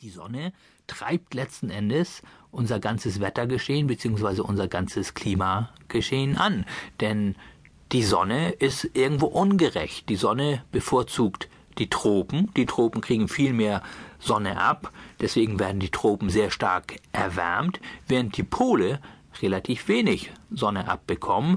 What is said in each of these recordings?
Die Sonne treibt letzten Endes unser ganzes Wettergeschehen bzw. unser ganzes Klimageschehen an. Denn die Sonne ist irgendwo ungerecht. Die Sonne bevorzugt die Tropen. Die Tropen kriegen viel mehr Sonne ab. Deswegen werden die Tropen sehr stark erwärmt, während die Pole relativ wenig Sonne abbekommen.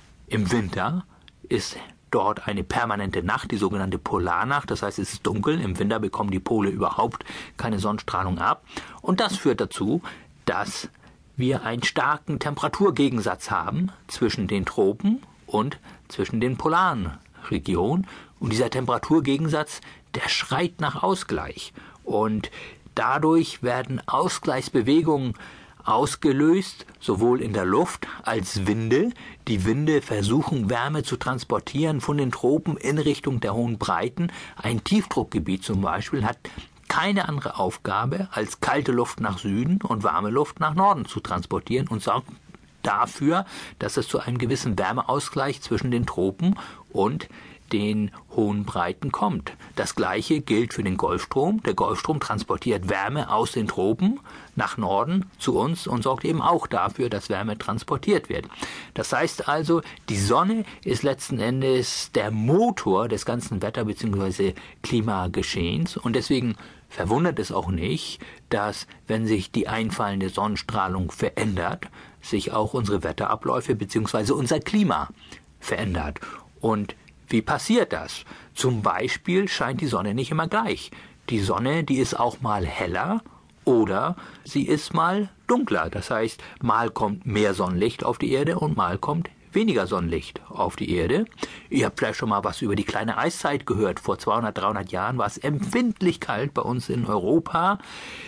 Im Winter ist dort eine permanente Nacht, die sogenannte Polarnacht. Das heißt, es ist dunkel. Im Winter bekommen die Pole überhaupt keine Sonnenstrahlung ab. Und das führt dazu, dass wir einen starken Temperaturgegensatz haben zwischen den Tropen und zwischen den polaren Regionen. Und dieser Temperaturgegensatz, der schreit nach Ausgleich. Und dadurch werden Ausgleichsbewegungen ausgelöst, sowohl in der Luft als Winde. Die Winde versuchen, Wärme zu transportieren von den Tropen in Richtung der hohen Breiten. Ein Tiefdruckgebiet zum Beispiel hat keine andere Aufgabe, als kalte Luft nach Süden und warme Luft nach Norden zu transportieren und sorgt dafür, dass es zu einem gewissen Wärmeausgleich zwischen den Tropen und den hohen Breiten kommt. Das Gleiche gilt für den Golfstrom. Der Golfstrom transportiert Wärme aus den Tropen nach Norden zu uns und sorgt eben auch dafür, dass Wärme transportiert wird. Das heißt also, die Sonne ist letzten Endes der Motor des ganzen Wetter- bzw. Klimageschehens und deswegen verwundert es auch nicht, dass, wenn sich die einfallende Sonnenstrahlung verändert, sich auch unsere Wetterabläufe bzw. unser Klima verändert. Und wie passiert das? Zum Beispiel scheint die Sonne nicht immer gleich. Die Sonne, die ist auch mal heller oder sie ist mal dunkler. Das heißt, mal kommt mehr Sonnenlicht auf die Erde und mal kommt weniger Sonnenlicht auf die Erde. Ihr habt vielleicht schon mal was über die kleine Eiszeit gehört. Vor 200, 300 Jahren war es empfindlich kalt bei uns in Europa.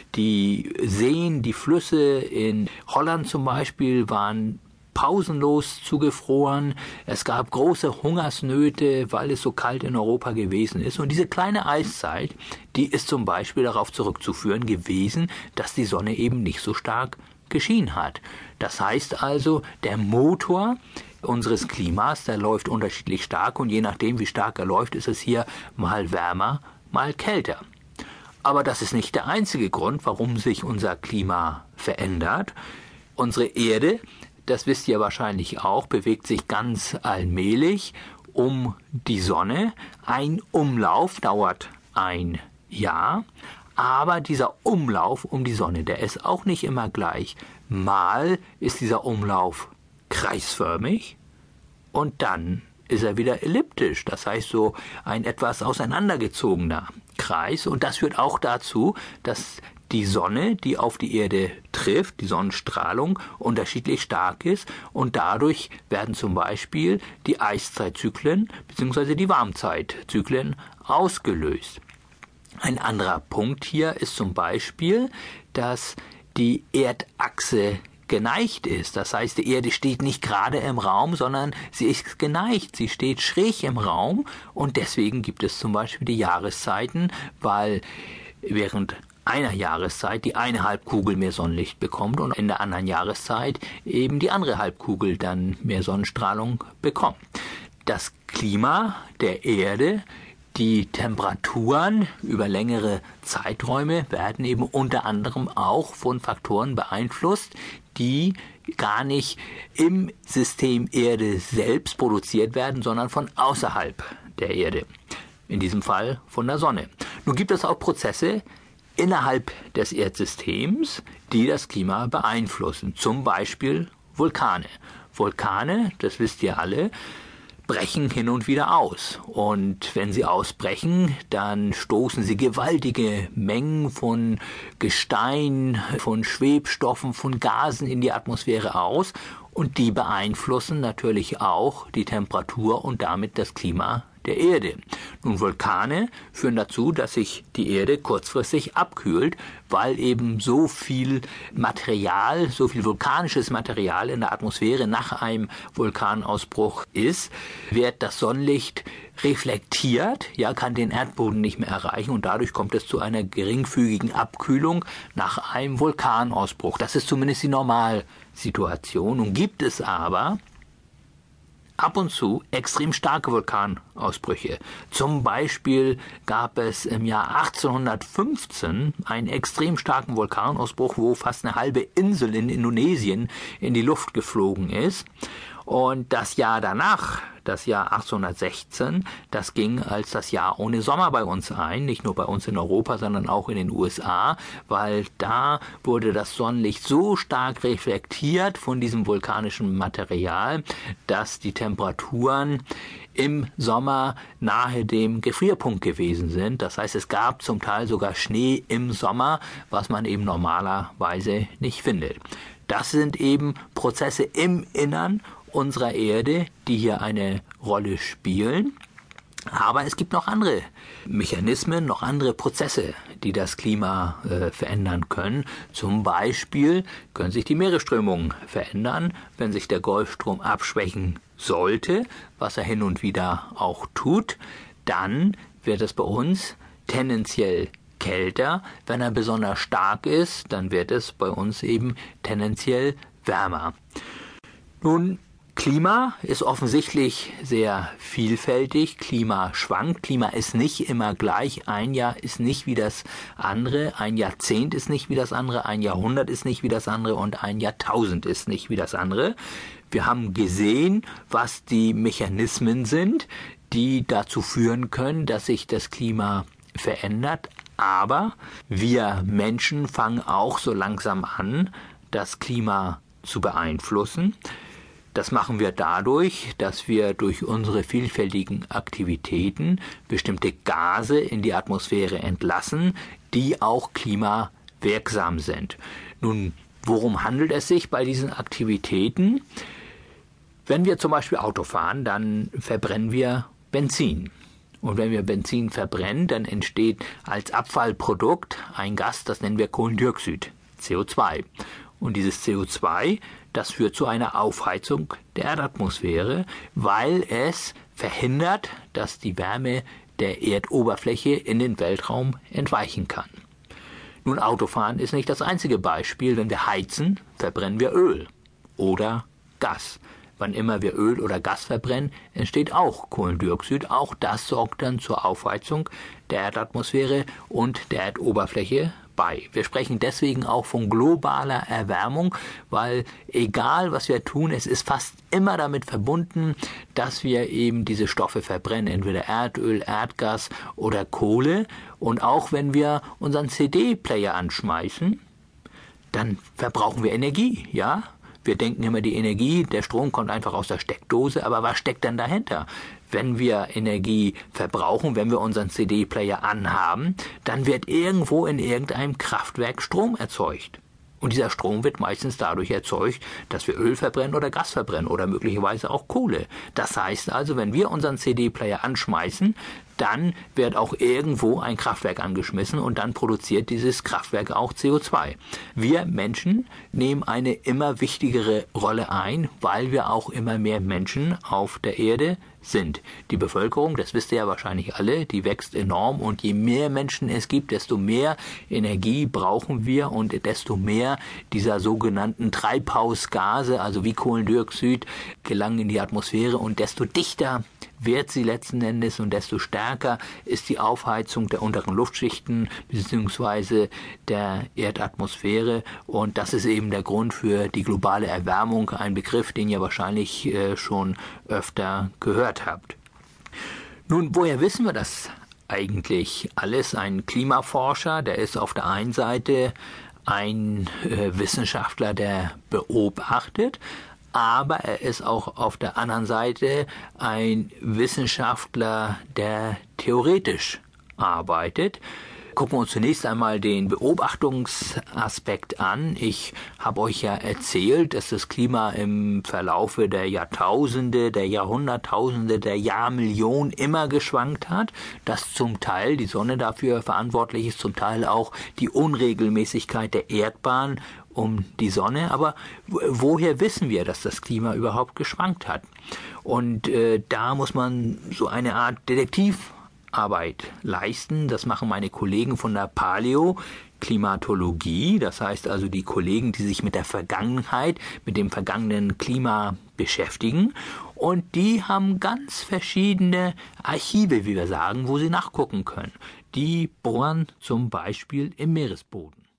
Die Seen, die Flüsse in Holland zum Beispiel waren pausenlos zugefroren. Es gab große Hungersnöte, weil es so kalt in Europa gewesen ist. Und diese kleine Eiszeit, die ist zum Beispiel darauf zurückzuführen gewesen, dass die Sonne eben nicht so stark geschienen hat. Das heißt also, der Motor unseres Klimas, der läuft unterschiedlich stark und je nachdem, wie stark er läuft, ist es hier mal wärmer, mal kälter. Aber das ist nicht der einzige Grund, warum sich unser Klima verändert. Unsere Erde, das wisst ihr wahrscheinlich auch, bewegt sich ganz allmählich um die Sonne. Ein Umlauf dauert ein Jahr, aber dieser Umlauf um die Sonne, der ist auch nicht immer gleich. Mal ist dieser Umlauf kreisförmig und dann ist er wieder elliptisch, das heißt so ein etwas auseinandergezogener Kreis. Und das führt auch dazu, dass die Sonne, die auf die Erde trifft, die Sonnenstrahlung, unterschiedlich stark ist und dadurch werden zum Beispiel die Eiszeitzyklen bzw. die Warmzeitzyklen ausgelöst. Ein anderer Punkt hier ist zum Beispiel, dass die Erdachse geneigt ist. Das heißt, die Erde steht nicht gerade im Raum, sondern sie ist geneigt. Sie steht schräg im Raum und deswegen gibt es zum Beispiel die Jahreszeiten, weil während einer Jahreszeit die eine Halbkugel mehr Sonnenlicht bekommt und in der anderen Jahreszeit eben die andere Halbkugel dann mehr Sonnenstrahlung bekommt. Das Klima der Erde, die Temperaturen über längere Zeiträume werden eben unter anderem auch von Faktoren beeinflusst, die gar nicht im System Erde selbst produziert werden, sondern von außerhalb der Erde. In diesem Fall von der Sonne. Nun gibt es auch Prozesse innerhalb des Erdsystems, die das Klima beeinflussen. Zum Beispiel Vulkane. Vulkane, das wisst ihr alle, brechen hin und wieder aus. Und wenn sie ausbrechen, dann stoßen sie gewaltige Mengen von Gestein, von Schwebstoffen, von Gasen in die Atmosphäre aus. Und die beeinflussen natürlich auch die Temperatur und damit das Klima der Erde. Nun, Vulkane führen dazu, dass sich die Erde kurzfristig abkühlt, weil eben so viel Material, so viel vulkanisches Material in der Atmosphäre nach einem Vulkanausbruch ist, wird das Sonnenlicht reflektiert, ja, kann den Erdboden nicht mehr erreichen und dadurch kommt es zu einer geringfügigen Abkühlung nach einem Vulkanausbruch. Das ist zumindest die Normalsituation. Nun gibt es aber ab und zu extrem starke Vulkanausbrüche. Zum Beispiel gab es im Jahr 1815 einen extrem starken Vulkanausbruch, wo fast eine halbe Insel in Indonesien in die Luft geflogen ist. Und das Jahr danach, das Jahr 1816, das ging als das Jahr ohne Sommer bei uns ein, nicht nur bei uns in Europa, sondern auch in den USA, weil da wurde das Sonnenlicht so stark reflektiert von diesem vulkanischen Material, dass die Temperaturen im Sommer nahe dem Gefrierpunkt gewesen sind. Das heißt, es gab zum Teil sogar Schnee im Sommer, was man eben normalerweise nicht findet. Das sind eben Prozesse im Innern unserer Erde, die hier eine Rolle spielen. Aber es gibt noch andere Mechanismen, noch andere Prozesse, die das Klima verändern können. Zum Beispiel können sich die Meeresströmungen verändern, wenn sich der Golfstrom abschwächen sollte, was er hin und wieder auch tut. Dann wird es bei uns tendenziell kälter. Wenn er besonders stark ist, dann wird es bei uns eben tendenziell wärmer. Nun, Klima ist offensichtlich sehr vielfältig. Klima schwankt. Klima ist nicht immer gleich. Ein Jahr ist nicht wie das andere. Ein Jahrzehnt ist nicht wie das andere. Ein Jahrhundert ist nicht wie das andere. Und ein Jahrtausend ist nicht wie das andere. Wir haben gesehen, was die Mechanismen sind, die dazu führen können, dass sich das Klima verändert. Aber wir Menschen fangen auch so langsam an, das Klima zu beeinflussen. Das machen wir dadurch, dass wir durch unsere vielfältigen Aktivitäten bestimmte Gase in die Atmosphäre entlassen, die auch klimawirksam sind. Nun, worum handelt es sich bei diesen Aktivitäten? Wenn wir zum Beispiel Auto fahren, dann verbrennen wir Benzin. Und wenn wir Benzin verbrennen, dann entsteht als Abfallprodukt ein Gas, das nennen wir Kohlendioxid, CO2. Und dieses CO2, das führt zu einer Aufheizung der Erdatmosphäre, weil es verhindert, dass die Wärme der Erdoberfläche in den Weltraum entweichen kann. Nun, Autofahren ist nicht das einzige Beispiel. Wenn wir heizen, verbrennen wir Öl oder Gas. Wann immer wir Öl oder Gas verbrennen, entsteht auch Kohlendioxid. Auch das sorgt dann zur Aufheizung der Erdatmosphäre und der Erdoberfläche bei. Wir sprechen deswegen auch von globaler Erwärmung, weil egal was wir tun, es ist fast immer damit verbunden, dass wir eben diese Stoffe verbrennen, entweder Erdöl, Erdgas oder Kohle. Und auch wenn wir unseren CD-Player anschmeißen, dann verbrauchen wir Energie, ja? Wir denken immer, die Energie, der Strom kommt einfach aus der Steckdose, aber was steckt denn dahinter? Wenn wir Energie verbrauchen, wenn wir unseren CD-Player anhaben, dann wird irgendwo in irgendeinem Kraftwerk Strom erzeugt. Und dieser Strom wird meistens dadurch erzeugt, dass wir Öl verbrennen oder Gas verbrennen oder möglicherweise auch Kohle. Das heißt also, wenn wir unseren CD-Player anschmeißen, dann wird auch irgendwo ein Kraftwerk angeschmissen und dann produziert dieses Kraftwerk auch CO2. Wir Menschen nehmen eine immer wichtigere Rolle ein, weil wir auch immer mehr Menschen auf der Erde sind. Die Bevölkerung, das wisst ihr ja wahrscheinlich alle, die wächst enorm und je mehr Menschen es gibt, desto mehr Energie brauchen wir und desto mehr dieser sogenannten Treibhausgase, also wie Kohlendioxid, gelangen in die Atmosphäre und desto dichter wird sie letzten Endes und desto stärker ist die Aufheizung der unteren Luftschichten bzw. der Erdatmosphäre und das ist eben der Grund für die globale Erwärmung, ein Begriff, den ihr wahrscheinlich schon öfter gehört habt. Nun, woher wissen wir das eigentlich alles? Ein Klimaforscher, der ist auf der einen Seite ein Wissenschaftler, der beobachtet, aber er ist auch auf der anderen Seite ein Wissenschaftler, der theoretisch arbeitet. Gucken wir uns zunächst einmal den Beobachtungsaspekt an. Ich habe euch ja erzählt, dass das Klima im Verlaufe der Jahrtausende, der Jahrhunderttausende, der Jahrmillionen immer geschwankt hat, dass zum Teil die Sonne dafür verantwortlich ist, zum Teil auch die Unregelmäßigkeit der Erdbahn um die Sonne. Aber woher wissen wir, dass das Klima überhaupt geschwankt hat? Und da muss man so eine Art Detektivarbeit leisten. Das machen meine Kollegen von der Paleo. Klimatologie, das heißt also die Kollegen, die sich mit der Vergangenheit, mit dem vergangenen Klima beschäftigen. Und die haben ganz verschiedene Archive, wie wir sagen, wo sie nachgucken können. Die bohren zum Beispiel im Meeresboden.